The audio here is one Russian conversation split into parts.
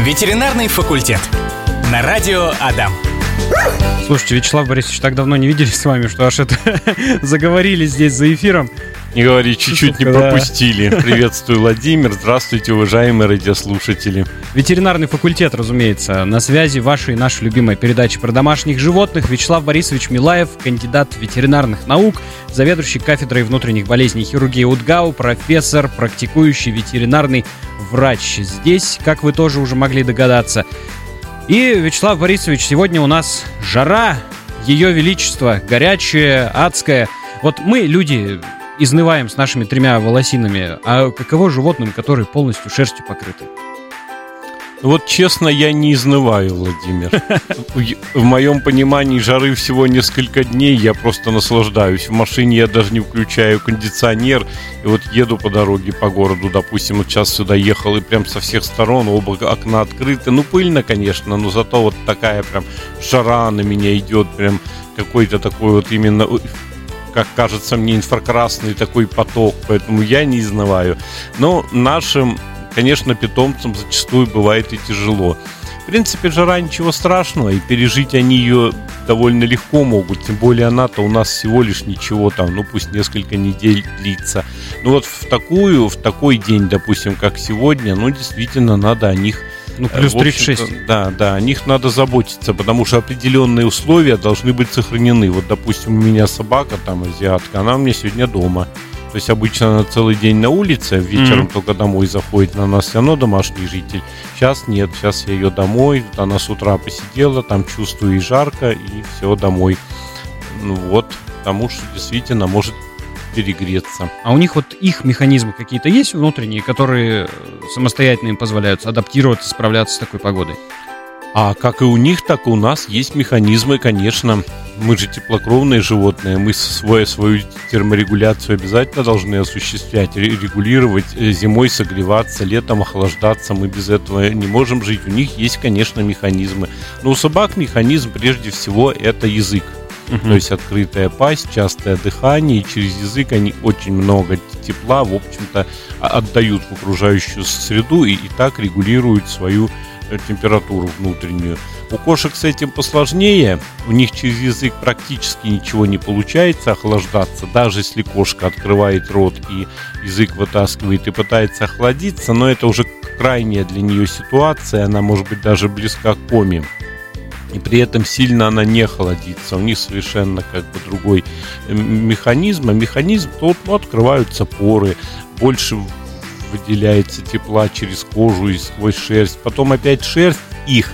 Ветеринарный факультет. На радио Адам. Слушайте, Вячеслав Борисович, так давно не виделись с вами, что аж это заговорили здесь за эфиром. Не говори, чуть-чуть не пропустили. Приветствую, Владимир. Здравствуйте, уважаемые радиослушатели. Ветеринарный факультет, разумеется. На связи вашей и нашей любимой передачи про домашних животных. Вячеслав Борисович Милаев, кандидат ветеринарных наук, заведующий кафедрой внутренних болезней и хирургии УДГАУ, профессор, практикующий ветеринарный врач. Здесь, как вы тоже уже могли догадаться. И, Вячеслав Борисович, сегодня у нас жара, ее величество, горячая, адская. Вот мы, люди, изнываем с нашими 3 волосинами, а каково животным, которые полностью шерстью покрыты? Вот честно, я не изнываю, Владимир. В моем понимании жары всего несколько дней, я просто наслаждаюсь. В машине я даже не включаю кондиционер. И вот еду по дороге, по городу, допустим, вот сейчас сюда ехал, и прям со всех сторон оба окна открыты. Ну, пыльно, конечно, но зато вот такая прям жара на меня идет, прям какой-то такой вот именно, как кажется мне, инфракрасный такой поток. Поэтому я не изнываю. Но нашим, конечно, питомцам зачастую бывает и тяжело. В принципе, жара ничего страшного, и пережить они ее довольно легко могут. Тем более она-то у нас всего лишь ничего там, ну пусть несколько недель длится. Но вот в такой день, допустим, как сегодня, ну действительно надо о них... Ну, плюс 36. Да, о них надо заботиться, потому что определенные условия должны быть сохранены. Вот, допустим, у меня собака, там, азиатка, она у меня сегодня дома. То есть обычно она целый день на улице, вечером только домой заходит, на нас все равно домашний житель. Сейчас нет, сейчас я ее домой, она с утра посидела, там чувствую и жарко, и все, домой. Ну вот, потому что действительно может перегреться. А у них вот их механизмы какие-то есть внутренние, которые самостоятельно им позволяют адаптироваться, справляться с такой погодой? А как и у них, так и у нас есть механизмы, конечно. Мы же теплокровные животные, мы свою терморегуляцию обязательно должны осуществлять, регулировать, зимой согреваться, летом охлаждаться. Мы без этого не можем жить. У них есть, конечно, механизмы. Но у собак механизм прежде всего это язык. То есть открытая пасть, частое дыхание, и через язык они очень много тепла, в общем-то, отдают в окружающую среду и так регулируют свою температуру внутреннюю. У кошек с этим посложнее, у них через язык практически ничего не получается охлаждаться, даже если кошка открывает рот и язык вытаскивает и пытается охладиться, но это уже крайняя для нее ситуация, она может быть даже близка к коме. И при этом сильно она не холодится. У них совершенно как бы другой механизм. А механизм тот, открываются поры, больше выделяется тепла через кожу и сквозь шерсть. Потом опять шерсть их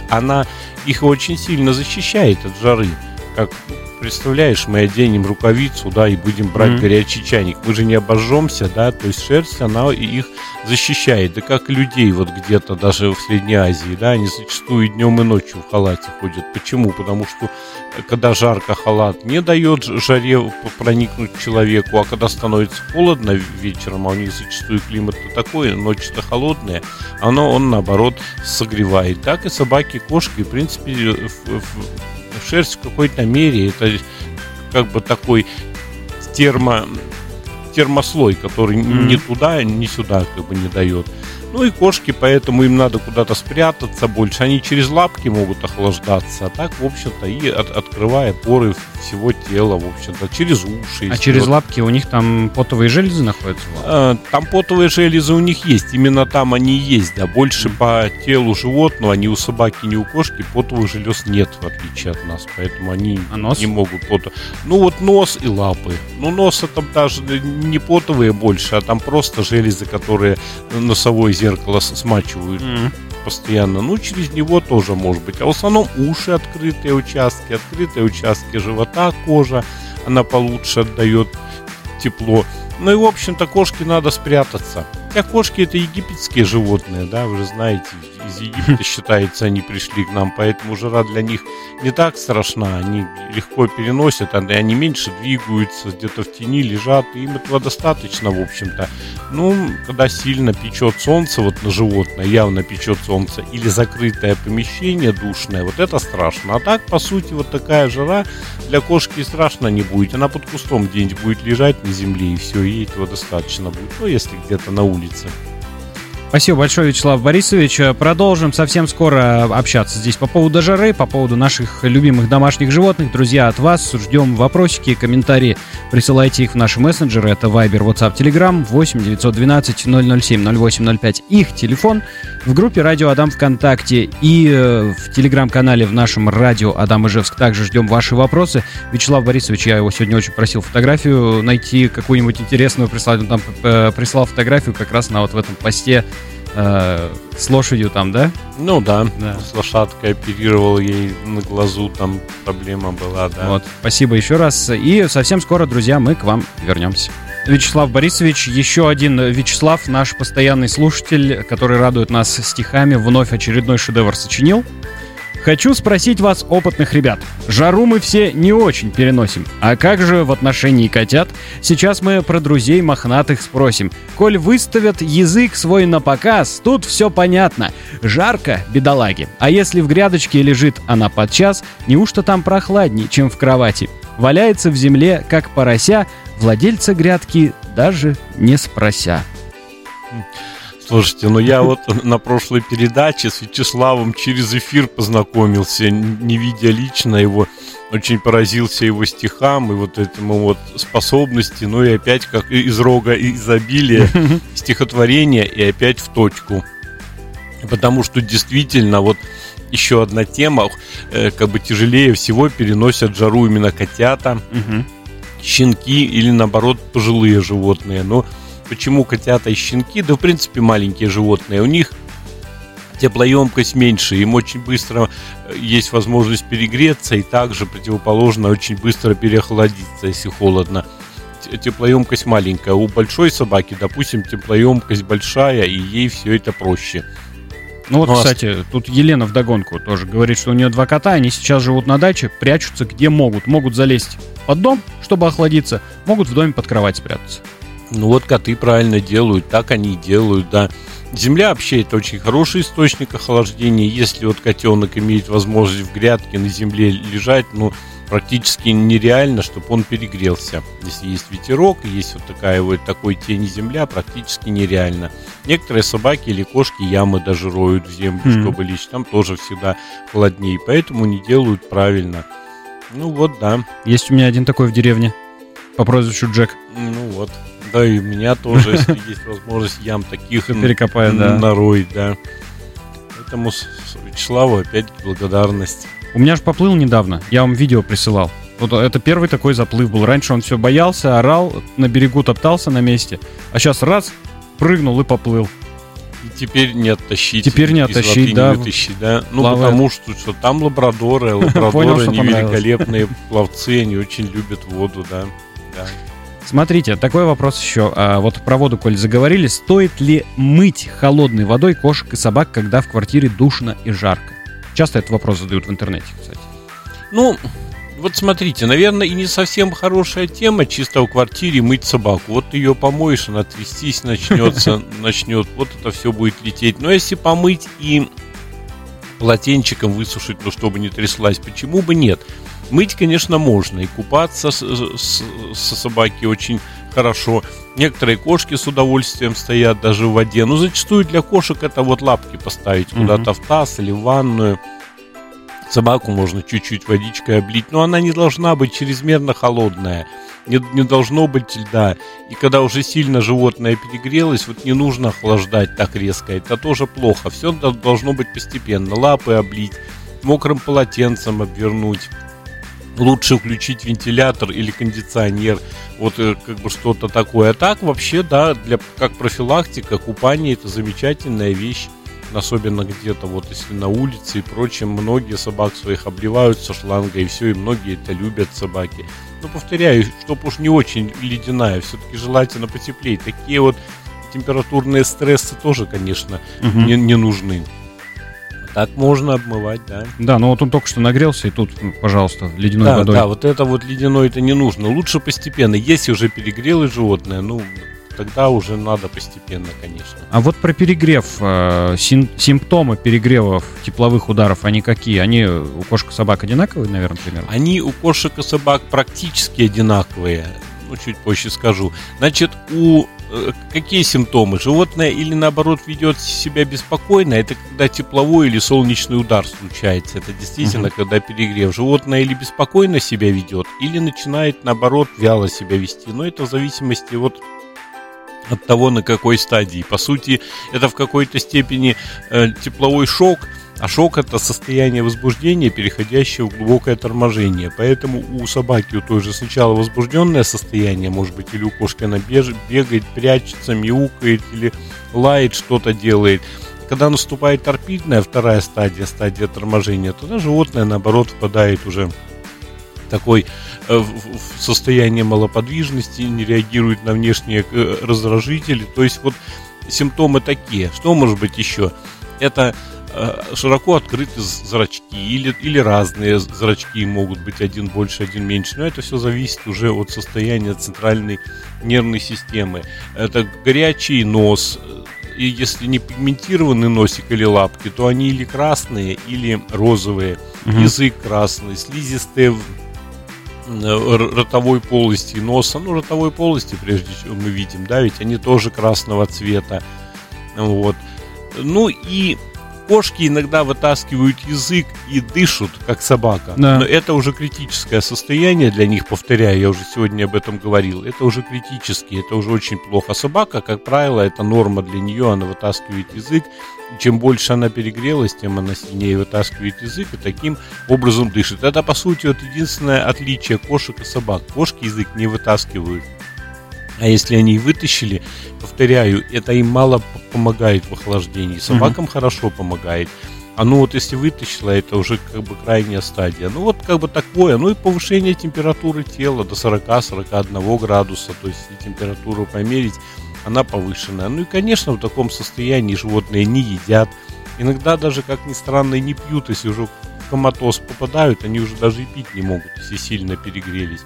очень сильно защищает от жары. Как представляешь, мы оденем рукавицу, да, и будем брать горячий чайник. Мы же не обожжемся, да, то есть шерсть, она их защищает. Да как и людей вот где-то даже в Средней Азии, да, они зачастую днем и ночью в халате ходят. Почему? Потому что когда жарко, халат не дает жаре проникнуть к человеку, а когда становится холодно вечером, а у них зачастую климат-то такой, ночь-то холодная, он наоборот согревает. Так и собаки, кошки, в принципе, шерсть в какой-то мере это как бы такой термослой, который ни туда, ни сюда как бы не дает. Ну и кошки, поэтому им надо куда-то спрятаться больше. Они через лапки могут охлаждаться, а так, в общем-то, и открывая поры всего тела, в общем-то, через уши. А через лапки у них там потовые железы находятся? Там потовые железы у них есть, именно там они есть, да, больше по телу животного, ни у собаки, ни у кошки потовых желез нет, в отличие от нас, поэтому они не могут Ну вот нос и лапы. Ну нос это даже не потовые больше, а там просто железы, которые носовое зеркало смачивают постоянно. Ну, через него тоже может быть. А в основном уши, открытые участки живота, кожа, она получше отдает тепло. Ну и, в общем-то, кошке надо спрятаться. Хотя кошки это египетские животные, да, вы же знаете, из Египта, считается, они пришли к нам, поэтому жара для них не так страшна, они легко переносят, они меньше двигаются, где-то в тени лежат, и им этого достаточно, в общем-то. Ну, когда сильно печет солнце, вот на животное явно печет солнце, или закрытое помещение душное, вот это страшно. А так, по сути, вот такая жара для кошки страшно не будет, она под кустом где-нибудь будет лежать на земле, и все, ей этого достаточно будет, ну, если где-то на улице. Спасибо большое, Вячеслав Борисович. Продолжим совсем скоро общаться здесь по поводу жары, по поводу наших любимых домашних животных. Друзья, от вас ждем вопросики, комментарии. Присылайте их в наши мессенджеры. Это Viber, WhatsApp, Telegram 8 912 007 0805. Их телефон. В группе «Радио Адам» ВКонтакте и в Телеграм-канале в нашем «Радио Адам Ижевск» также ждем ваши вопросы. Вячеслав Борисович, я его сегодня очень просил фотографию найти, какую-нибудь интересную прислать. Он там прислал фотографию как раз на вот в этом посте с лошадью там, да? Ну да, с лошадкой оперировал, ей на глазу там проблема была, да. Вот, спасибо еще раз. И совсем скоро, друзья, мы к вам вернемся. Вячеслав Борисович, еще один Вячеслав, наш постоянный слушатель, который радует нас стихами, вновь очередной шедевр сочинил. Хочу спросить вас, опытных ребят. Жару мы все не очень переносим. А как же в отношении котят? Сейчас мы про друзей мохнатых спросим. Коль выставят язык свой на показ, тут все понятно. Жарко, бедолаги. А если в грядочке лежит она подчас, неужто там прохладней, чем в кровати? Валяется в земле, как порося, владельца грядки даже не спрося. Слушайте, ну я вот на прошлой передаче с Вячеславом через эфир познакомился, не видя лично его, очень поразился его стихам и вот этому вот способности, ну и опять как из рога изобилия стихотворения и опять в точку. Потому что действительно вот еще одна тема, как бы тяжелее всего переносят жару именно котята, щенки или наоборот пожилые животные, но почему котята и щенки? Да, в принципе, маленькие животные. У них теплоемкость меньше. Им очень быстро есть возможность перегреться. И также противоположно очень быстро переохладиться, если холодно. Теплоемкость маленькая. У большой собаки, допустим, теплоемкость большая. И ей все это проще. Ну вот, кстати, тут Елена вдогонку тоже говорит, что у нее 2 кота. Они сейчас живут на даче, прячутся где могут. Могут залезть под дом, чтобы охладиться. Могут в доме под кровать спрятаться. Ну вот коты правильно делают, так они и делают, да. Земля вообще это очень хороший источник охлаждения. Если вот котенок имеет возможность в грядке на земле лежать, ну практически нереально, чтобы он перегрелся. Если есть ветерок, есть вот такая вот такой тень земля, практически нереально. Некоторые собаки или кошки ямы даже роют в землю, чтобы лечь. Там тоже всегда холоднее, поэтому не делают правильно. Ну вот, да. Есть у меня один такой в деревне по прозвищу Джек. Ну вот. Да, и у меня тоже, если есть возможность ям таких перекопать, да, нароить, да. Поэтому Вячеславу опять благодарность. У меня же поплыл недавно, я вам видео присылал. Вот это первый такой заплыв был. Раньше он все боялся, орал, на берегу топтался на месте. А сейчас раз, прыгнул и поплыл. И теперь не оттащить. Теперь не оттащить, да. Не вытащить, да. Ну, потому что там лабрадоры они великолепные пловцы, они очень любят воду, да. Смотрите, такой вопрос еще. Вот про воду, коль заговорили, стоит ли мыть холодной водой кошек и собак, когда в квартире душно и жарко? Часто этот вопрос задают в интернете, кстати. Ну, вот смотрите, наверное, и не совсем хорошая тема чисто в квартире мыть собаку. Вот ты ее помоешь, она трястись начнет, вот это все будет лететь. Но если помыть и полотенчиком высушить, ну, чтобы не тряслась, почему бы нет? Мыть, конечно, можно, и купаться со собаки очень хорошо. Некоторые кошки с удовольствием стоят даже в воде. Но зачастую для кошек это вот лапки поставить куда-то в таз или в ванную. Собаку можно чуть-чуть водичкой облить, но она не должна быть чрезмерно холодная. Не должно быть льда. И когда уже сильно животное перегрелось, вот не нужно охлаждать так резко. Это тоже плохо. Все должно быть постепенно. Лапы облить, мокрым полотенцем обвернуть. Лучше включить вентилятор или кондиционер, вот как бы что-то такое. А так вообще, да, как профилактика, купание это замечательная вещь, особенно где-то вот если на улице и прочем. Многие собак своих обливают со шланга и все, и многие это любят собаки. Но повторяю, чтоб уж не очень ледяная, все-таки желательно потеплее. Такие вот температурные стрессы тоже, конечно, не нужны. Так можно обмывать, да. Да, но вот он только что нагрелся, и тут, пожалуйста, ледяной водой. Да, вот это вот ледяной это не нужно. Лучше постепенно. Если уже перегрелось животное, ну, тогда уже надо постепенно, конечно. А вот про перегрев, симптомы перегревов тепловых ударов, они какие? Они у кошек и собак одинаковые, наверное, примерно? Они у кошек и собак практически одинаковые. Ну, чуть позже скажу. Значит, у какие симптомы? Животное или наоборот ведет себя беспокойно, это когда тепловой или солнечный удар случается. Это действительно, когда перегрев. Животное или беспокойно себя ведет, или начинает наоборот вяло себя вести. Но это в зависимости от того, на какой стадии. По сути, это в какой-то степени тепловой шок. А шок – это состояние возбуждения, переходящее в глубокое торможение. Поэтому у собаки у той же сначала возбужденное состояние, может быть, или у кошки она бегает, прячется, мяукает или лает, что-то делает. Когда наступает торпидная, вторая стадия торможения, тогда животное, наоборот, впадает уже в такое состояние малоподвижности, не реагирует на внешние раздражители. То есть вот симптомы такие. Что может быть еще? Это широко открыты зрачки или разные зрачки могут быть, один больше, один меньше, но это все зависит уже от состояния центральной нервной системы. Это горячий нос, и если не пигментированный носик или лапки, то они или красные, или розовые, язык красный, слизистые ротовой полости носа, ротовой полости, прежде чем мы видим, да, ведь они тоже красного цвета, вот. Ну и кошки иногда вытаскивают язык и дышат, как собака. Да. Но это уже критическое состояние для них, повторяю, я уже сегодня об этом говорил. Это уже критически, это уже очень плохо. Собака, как правило, это норма для нее, она вытаскивает язык. Чем больше она перегрелась, тем она сильнее вытаскивает язык и таким образом дышит. Это, по сути, вот единственное отличие кошек и собак. Кошки язык не вытаскивают. А если они вытащили, повторяю, это им мало помогает в охлаждении. Собакам хорошо помогает. А вот если вытащила, это уже как бы крайняя стадия. Вот как бы такое. И повышение температуры тела до 40-41 градуса. То есть если температуру померить, она повышенная. И, конечно, в таком состоянии животные не едят. Иногда даже, как ни странно, не пьют. Если уже в коматоз попадают, они уже даже и пить не могут, если сильно перегрелись.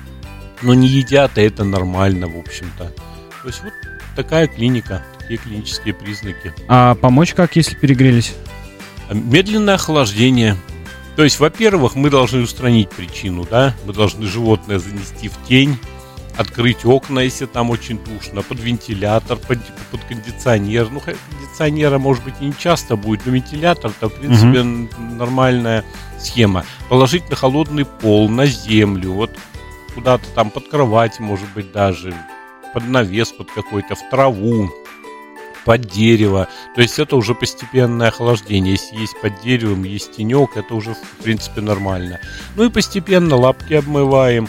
Но не едят, и это нормально, в общем-то. То есть вот такая клиника, такие клинические признаки. А помочь как, если перегрелись? Медленное охлаждение. То есть, во-первых, мы должны устранить причину, да? Мы должны животное занести в тень, открыть окна, если там очень душно, под вентилятор, под кондиционер. Кондиционера, может быть, и не часто будет, но вентилятор-то, в принципе, нормальная схема. Положить на холодный пол, на землю, куда-то там под кровать, может быть, даже под навес, под какой-то, в траву, под дерево. То есть это уже постепенное охлаждение. Если есть под деревом, есть тенек, это уже, в принципе, нормально. И постепенно лапки обмываем,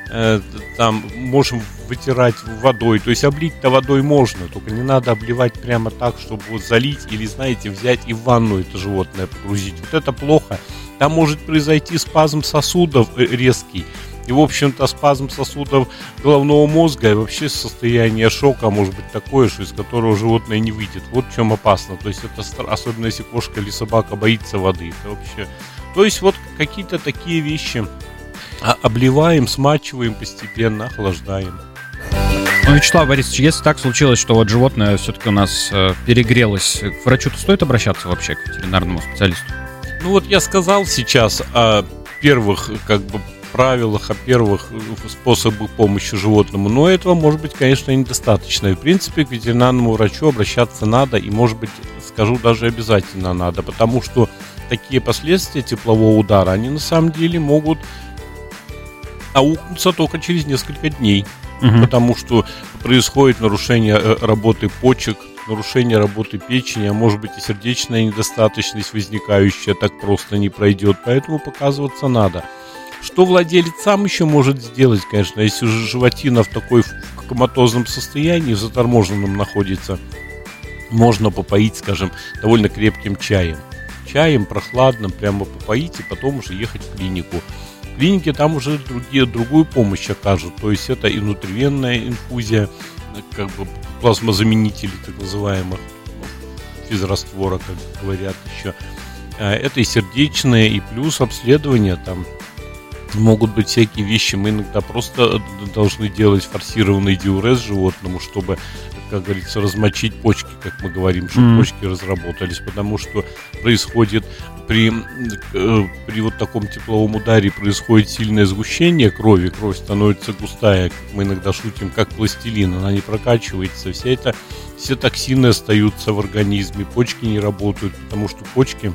там можем вытирать водой. То есть облить-то водой можно, только не надо обливать прямо так, чтобы залить или, знаете, взять и в ванну это животное погрузить. Это плохо. Там может произойти спазм сосудов резкий. И, в общем-то, спазм сосудов головного мозга и вообще состояние шока может быть такое, что из которого животное не выйдет. Вот в чем опасно. То есть это особенно если кошка или собака боится воды. Это вообще. То есть вот какие-то такие вещи обливаем, смачиваем постепенно, охлаждаем. Вячеслав Борисович, если так случилось, что животное все-таки у нас перегрелось, к врачу-то стоит обращаться вообще, к ветеринарному специалисту? Я сказал сейчас о первых правилах, о первых способах помощи животному, но этого может быть, конечно, недостаточно. И, в принципе, к ветеринарному врачу обращаться надо, и, может быть, скажу, даже обязательно надо, потому что такие последствия теплового удара, они на самом деле могут аукнуться только через несколько дней, потому что происходит нарушение работы почек, нарушение работы печени, а может быть и сердечная недостаточность возникающая так просто не пройдет, поэтому показываться надо. Что владелец сам еще может сделать, конечно, если уже животина в такой коматозном состоянии, в заторможенном находится, можно попоить, скажем, довольно крепким чаем. Чаем прохладным прямо попоить и потом уже ехать в клинику. В клинике там уже другую помощь окажут, то есть это и внутривенная инфузия, плазмозаменители так называемых, физраствора, как говорят еще. Это и сердечные, и плюс обследование там. Могут быть всякие вещи. Мы иногда просто должны делать форсированный диурез животному, чтобы как говорится, размочить почки, как мы говорим, чтобы почки разработались, потому что происходит при вот таком тепловом ударе происходит сильное сгущение крови, кровь становится густая, как мы иногда шутим, как пластилин, она не прокачивается, все токсины остаются в организме, почки не работают, потому что почки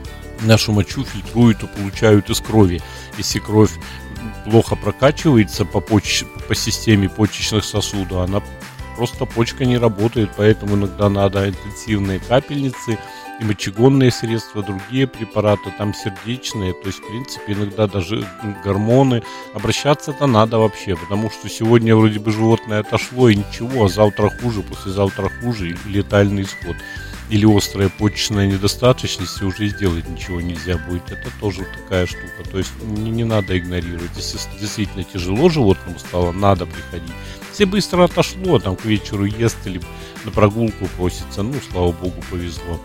нашу мочу фильтруют и получают из крови. Если кровь плохо прокачивается по системе почечных сосудов, она просто почка не работает, поэтому иногда надо интенсивные капельницы и мочегонные средства, другие препараты, там сердечные, то есть, в принципе, иногда даже гормоны. Обращаться-то надо вообще, потому что сегодня вроде бы животное отошло и ничего, а завтра хуже, послезавтра хуже, или летальный исход, или острая почечная недостаточность, и уже сделать ничего нельзя будет. Это тоже такая штука, то есть не надо игнорировать. Если действительно тяжело животному стало, надо приходить. Если быстро отошло, там к вечеру ест или на прогулку просится, ну, слава богу, повезло.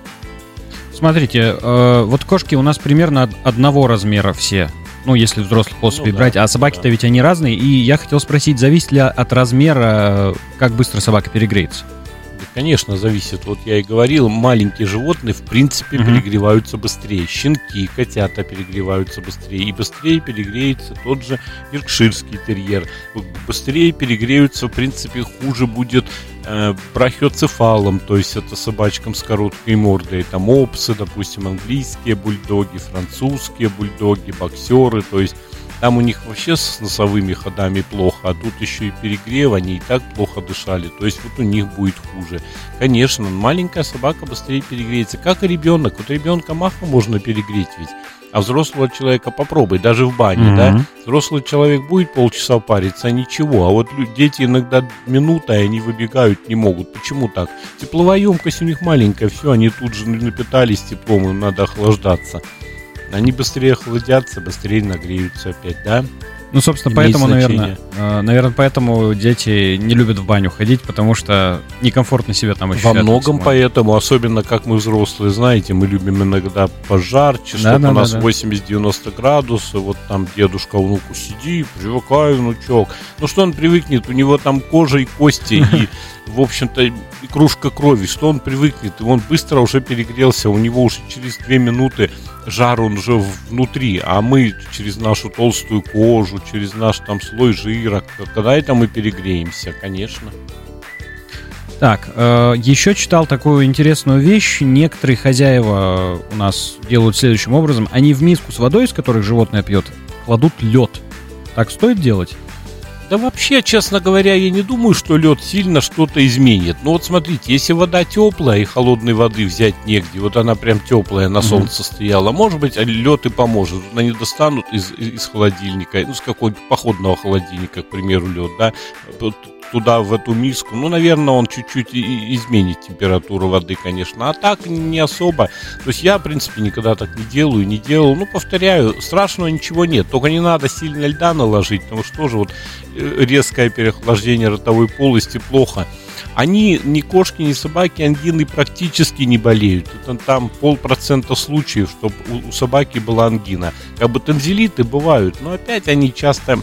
Смотрите, вот кошки у нас примерно одного размера все. Ну, если взрослых особей брать. А собаки-то ведь они разные. И я хотел спросить, зависит ли от размера, как быстро собака перегреется? Да, конечно, зависит. Вот я и говорил, маленькие животные, в принципе, перегреваются быстрее. Щенки, котята перегреваются быстрее. И быстрее перегреется тот же йоркширский терьер. Быстрее перегреются, в принципе, хуже будет брахиоцефалом, то есть это собачкам с короткой мордой, там опсы, допустим, английские бульдоги, французские бульдоги, боксеры, то есть там у них вообще с носовыми ходами плохо, а тут еще и перегрев, они и так плохо дышали, то есть вот у них будет хуже. Конечно, маленькая собака быстрее перегреется, как и ребенок, вот ребенка маха можно перегреть ведь, а взрослого человека попробуй, даже в бане, да, взрослый человек будет полчаса париться, ничего, а вот дети иногда минута, и они выбегают не могут. Почему так? Тепловая емкость у них маленькая, все, они тут же напитались теплом, им надо охлаждаться. Они быстрее охладятся, быстрее нагреются опять, да? Ну, собственно, поэтому, наверное, поэтому дети не любят в баню ходить, потому что некомфортно себя там ощущают. Во многом поэтому, особенно как мы взрослые, знаете, мы любим иногда пожарче, чтобы у нас 80-90 градусов, вот там дедушка внуку сиди, привыкай, внучок. Ну что он привыкнет, у него там кожа и кости, и, в общем-то, и кружка крови, что он привыкнет, и он быстро уже перегрелся, у него уже через 2 минуты жар, он уже внутри, а мы через нашу толстую кожу, через наш там слой жира, когда это мы перегреемся, конечно. Так, еще читал такую интересную вещь. Некоторые хозяева у нас делают следующим образом. Они в миску с водой, из которой животное пьет, кладут лед. Так стоит делать? Да вообще, честно говоря, я не думаю, что лед сильно что-то изменит. Но вот смотрите, если вода теплая и холодной воды взять негде, вот она прям теплая, на солнце стояла, может быть, лед и поможет. Они достанут из холодильника, ну, с какого-нибудь походного холодильника, к примеру, лед, да, туда, в эту миску, ну, наверное, он чуть-чуть изменит температуру воды, конечно, а так не особо. То есть я, в принципе, никогда так не делал. Ну, повторяю, страшного ничего нет, только не надо сильно льда наложить, потому что тоже вот резкое переохлаждение ротовой полости плохо. Они, ни кошки, ни собаки, ангины практически не болеют. Это там 0,5% случаев, чтобы у собаки была ангина. Как бы танзелиты бывают, но опять они часто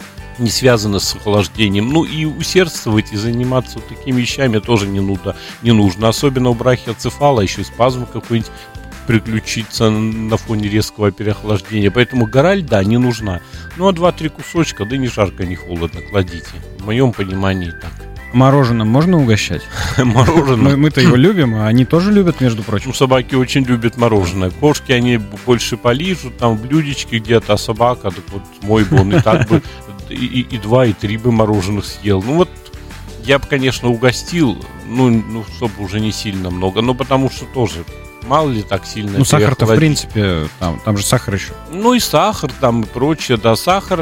не связано с охлаждением. Ну и усердствовать и заниматься вот такими вещами тоже не нужно. Особенно у брахиоцефала еще и спазм какой-нибудь приключиться на фоне резкого переохлаждения. Поэтому гора льда не нужна. Ну а 2-3 кусочка, да не жарко, не холодно, кладите. В моем понимании так. Мороженым можно угощать? Мороженым? Мы-то его любим, а они тоже любят, между прочим. Ну, собаки очень любят мороженое. Кошки, они больше полижут, там в блюдечке где-то, а собака, так вот мой бы он и так бы и 2, и 3 бы мороженых съел. Ну вот, я бы, конечно, угостил, ну, чтобы уже не сильно много, но потому что тоже, мало ли так сильно. Ну, сахар-то, в принципе, там же сахар еще. Ну, и сахар там, и прочее, да, сахар.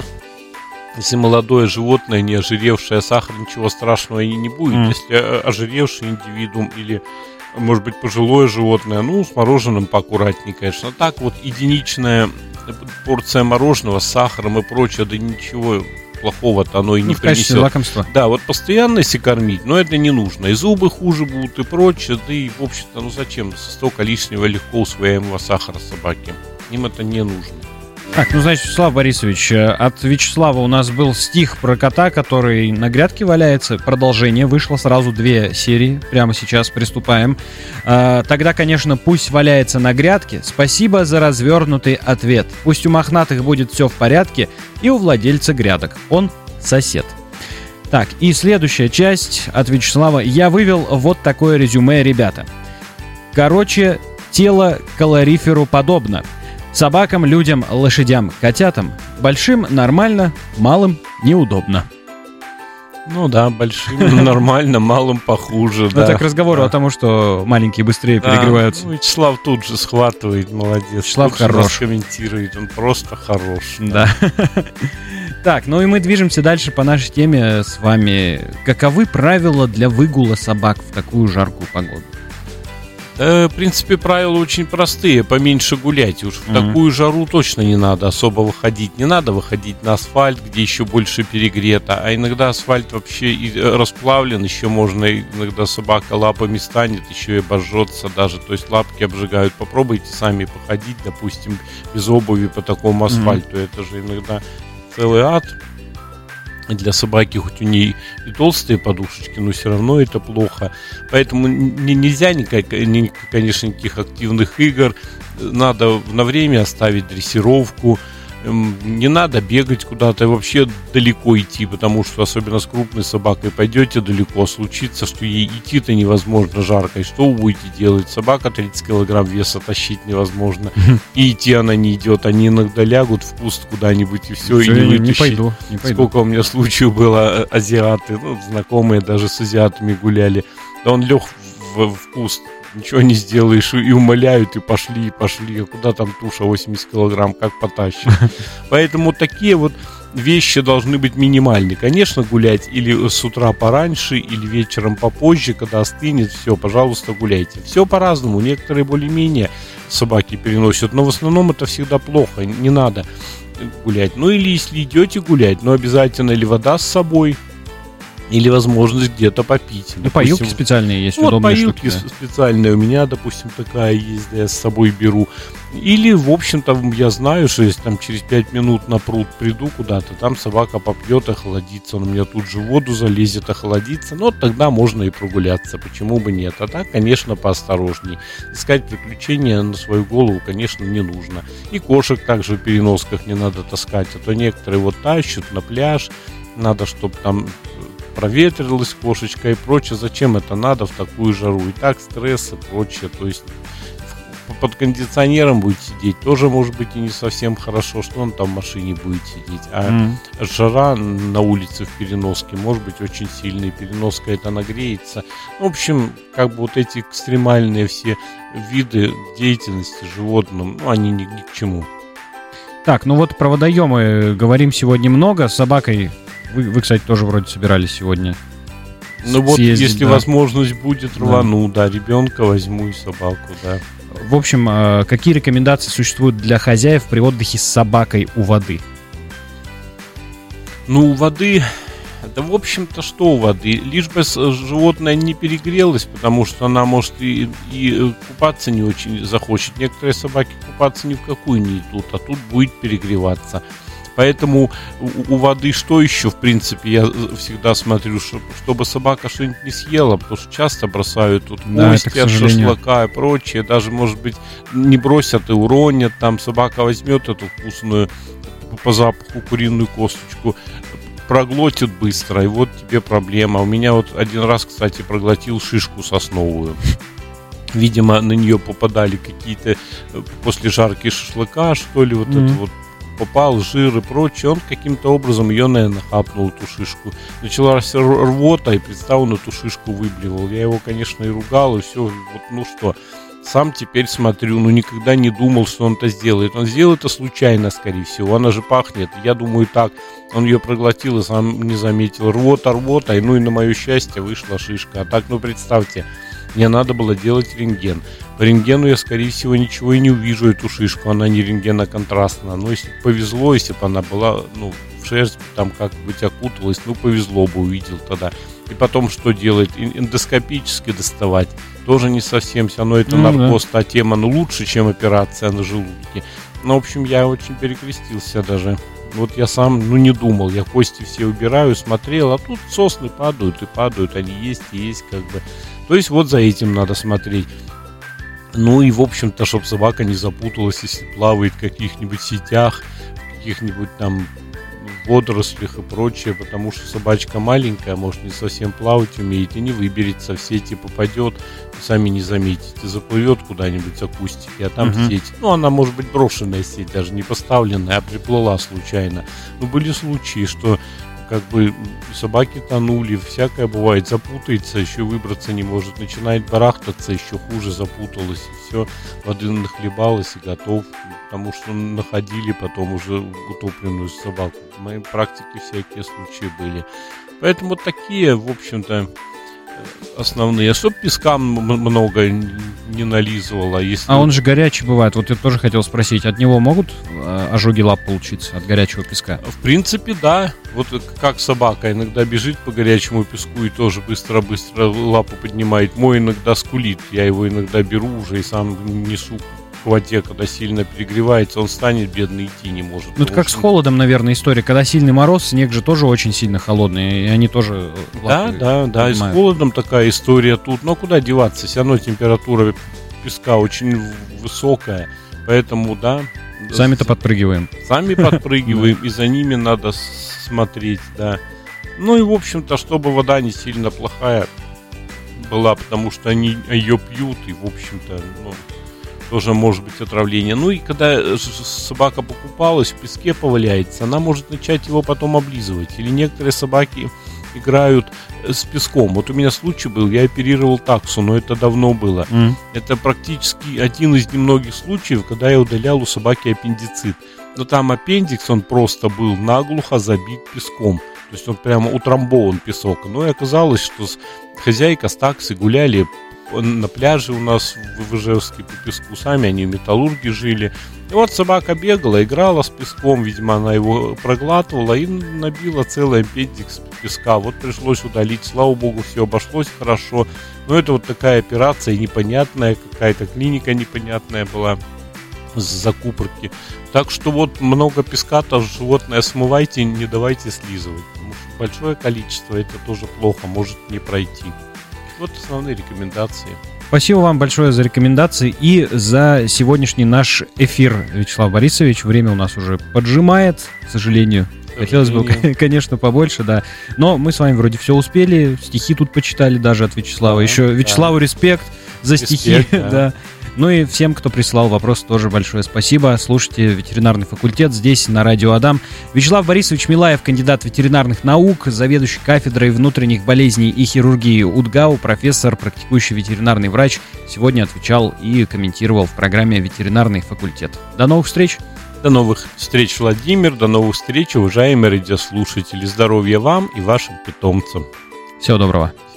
Если молодое животное, не ожиревшее, сахар, ничего страшного и не будет. Если ожиревший индивидуум или, может быть, пожилое животное, ну, с мороженым поаккуратнее, конечно. Так вот, единичная порция мороженого с сахаром и прочее, да ничего плохого-то оно и не принесет. В качестве лакомства. Да, вот постоянно если кормить, но это не нужно. И зубы хуже будут и прочее, да и, в общем-то, ну зачем столько лишнего легко усвояемого сахара собаке? Им это не нужно. Так, ну, значит, Вячеслав Борисович, от Вячеслава у нас был стих про кота, который на грядке валяется. Продолжение вышло, сразу 2 серии. Прямо сейчас приступаем. Тогда, конечно, пусть валяется на грядке. Спасибо за развернутый ответ. Пусть у мохнатых будет все в порядке, и у владельца грядок. Он сосед. Так, и следующая часть от Вячеслава. Я вывел вот такое резюме, ребята. Короче, тело калориферу подобно. Собакам, людям, лошадям, котятам. Большим нормально, малым неудобно. Ну да, большим нормально, малым похуже. Это к разговору о том, что маленькие быстрее перегреваются. Ну, Вячеслав тут же схватывает, молодец. Вячеслав хорош. Комментирует, он просто хорош. Да. Так, ну и мы движемся дальше по нашей теме с вами. Каковы правила для выгула собак в такую жаркую погоду? В принципе, правила очень простые. Поменьше гулять. Уж в такую жару точно не надо особо выходить. Не надо выходить на асфальт, где еще больше перегрето. А иногда асфальт вообще и расплавлен. Еще можно, иногда собака лапами станет, еще и обожжется даже. То есть лапки обжигают. Попробуйте сами походить, допустим, без обуви по такому асфальту. Это же иногда целый ад. Для собаки, хоть у нее и толстые подушечки, но все равно это плохо. Поэтому нельзя конечно, никаких активных игр. Надо на время оставить дрессировку. Не надо бегать куда-то и вообще далеко идти, потому что особенно с крупной собакой пойдете далеко, случится, что ей идти-то невозможно жарко. И что вы будете делать? Собака 30 килограмм веса тащить невозможно. И идти она не идет. Они иногда лягут в куст куда-нибудь и все, и не вытащить. Не пойду. Сколько у меня случаев было, азиаты, знакомые даже с азиатами гуляли. Да он лег в куст. Ничего не сделаешь, и умоляют, и пошли. А куда там туша 80 килограмм, как потащишь? Поэтому такие вот вещи должны быть минимальны. Конечно, гулять или с утра пораньше, или вечером попозже, когда остынет, все, пожалуйста, гуляйте. Все по-разному, некоторые более-менее собаки переносят, но в основном это всегда плохо, не надо гулять. Ну или если идете гулять, но обязательно или вода с собой, или возможность где-то попить. Ну, поилки специальные есть, вот удобные поилки штуки. специальные у меня, допустим, такая есть, да, я с собой беру. Или, в общем-то, я знаю, что если там через 5 минут на пруд приду куда-то, там собака попьет, охладится, он у меня тут же в воду залезет, охладится. Ну, тогда можно и прогуляться, почему бы нет. А так, конечно, поосторожней. Искать приключения на свою голову, конечно, не нужно. И кошек также в переносках не надо таскать, а то некоторые вот тащат на пляж, надо, чтобы там проветрилась кошечка и прочее. Зачем это надо в такую жару? И так стресс и прочее. То есть под кондиционером будет сидеть тоже может быть и не совсем хорошо. Что он там в машине будет сидеть? А жара на улице в переноске может быть очень сильной. Переноска это нагреется. В общем, как бы вот эти экстремальные все виды деятельности животным, они ни к чему. Так, ну вот про водоемы говорим сегодня много. С собакой вы, кстати, тоже вроде собирались сегодня. Ну вот, съездить, если возможность будет, рвану, ребенка возьму и собаку, да. В общем, какие рекомендации существуют для хозяев при отдыхе с собакой у воды? Ну, у воды, да, в общем-то, что у воды? Лишь бы животное не перегрелось, потому что она может и купаться не очень захочет. Некоторые собаки купаться ни в какую не идут, а тут будет перегреваться. Поэтому у воды что еще, в принципе, я всегда смотрю, чтобы собака что-нибудь не съела, потому что часто бросают тут кости от шашлыка и прочее, даже, может быть, не бросят и уронят, там собака возьмет эту вкусную по запаху куриную косточку, проглотит быстро, и вот тебе проблема. У меня вот один раз, кстати, проглотил шишку сосновую. Видимо, на нее попадали какие-то после жарки шашлыка, что ли, вот это вот. Попал жир и прочее, он каким-то образом ее, наверное, хапнул, эту шишку. Началась рвота, и, представь, он эту шишку выблевал. Я его, конечно, и ругал, и все. Вот, ну что, сам теперь смотрю, никогда не думал, что он это сделает. Он сделал это случайно, скорее всего. Она же пахнет. Я думаю, так. Он ее проглотил и сам не заметил. Рвота, и, и на мое счастье вышла шишка. А так, представьте, мне надо было делать рентген. По рентгену я, скорее всего, ничего и не увижу, эту шишку. Она не рентгеноконтрастная. Но если бы повезло, если бы она была, в шерсть там как-нибудь окуталась, повезло бы, увидел тогда. И потом что делать? Эндоскопически доставать. Тоже не совсем все равно это наркоз, та тема, лучше, чем операция на желудке. Ну, в общем, я очень перекрестился даже. Вот я сам, не думал, я кости все убираю, смотрел, а тут сосны падают и падают, они есть и есть как бы. То есть вот за этим надо смотреть. Ну и, в общем-то, чтобы собака не запуталась, если плавает в каких-нибудь сетях, в каких-нибудь там водорослях и прочее, потому что собачка маленькая, может не совсем плавать умеет и не выберется, в сети попадет, сами не заметите, заплывет куда-нибудь за кустики, а там сеть. Ну, она может быть брошенная сеть, даже не поставленная, а приплыла случайно. Но были случаи, что как бы собаки тонули, всякое бывает, запутается, еще выбраться не может, начинает барахтаться, еще хуже запуталась, и все, воды нахлебалась и готов, потому что находили потом уже утопленную собаку. В моей практике всякие случаи были. Поэтому вот такие, в общем-то, основные. Чтоб песка много не нализывало. Если... А он же горячий бывает. Вот я тоже хотел спросить, от него могут ожоги лап получиться, от горячего песка? В принципе, да. Вот как собака иногда бежит по горячему песку и тоже быстро-быстро лапу поднимает. Мой иногда скулит. Я его иногда беру уже и сам несу к воде, когда сильно перегревается, он станет бедный, идти не может. Ну, это как с холодом, наверное, история. Когда сильный мороз, снег же тоже очень сильно холодный, и они тоже... Да, и с холодом такая история тут. Но куда деваться? Все равно температура песка очень высокая, поэтому, да... Сами-то подпрыгиваем. Сами подпрыгиваем, и за ними надо смотреть, да. Ну и, в общем-то, чтобы вода не сильно плохая была, потому что они ее пьют, и, в общем-то, тоже может быть отравление. Ну и когда собака покупалась, в песке поваляется, она может начать его потом облизывать. Или некоторые собаки играют с песком. Вот у меня случай был, я оперировал таксу, но это давно было. Это практически один из немногих случаев, когда я удалял у собаки аппендицит. Но там аппендикс, он просто был наглухо забит песком. То есть он прямо утрамбован песок. Но и оказалось, что хозяйка с таксой гуляли на пляже у нас в Ижевске по песку, сами они в Металлурге жили. И вот собака бегала, играла с песком, видимо, она его проглатывала и набила целый аппендикс песка. Вот пришлось удалить, слава богу, все обошлось хорошо. Но это вот такая операция непонятная, какая-то клиника непонятная была с закупорки. Так что вот много песка-то животное смывайте, не давайте слизывать. Потому что большое количество, это тоже плохо, может не пройти. Вот основные рекомендации. Спасибо вам большое за рекомендации и за сегодняшний наш эфир, Вячеслав Борисович. Время у нас уже поджимает, к сожалению. Хотелось бы, конечно, побольше, да. Но мы с вами вроде все успели. Стихи тут почитали даже от Вячеслава. Еще Вячеславу респект за стихи. Да. Ну и всем, кто присылал вопрос, тоже большое спасибо. Слушайте ветеринарный факультет здесь, на радио Адам. Вячеслав Борисович Милаев, кандидат ветеринарных наук, заведующий кафедрой внутренних болезней и хирургии УДГАУ, профессор, практикующий ветеринарный врач, сегодня отвечал и комментировал в программе «Ветеринарный факультет». До новых встреч! До новых встреч, Владимир. До новых встреч, уважаемые радиослушатели. Здоровья вам и вашим питомцам. Всего доброго.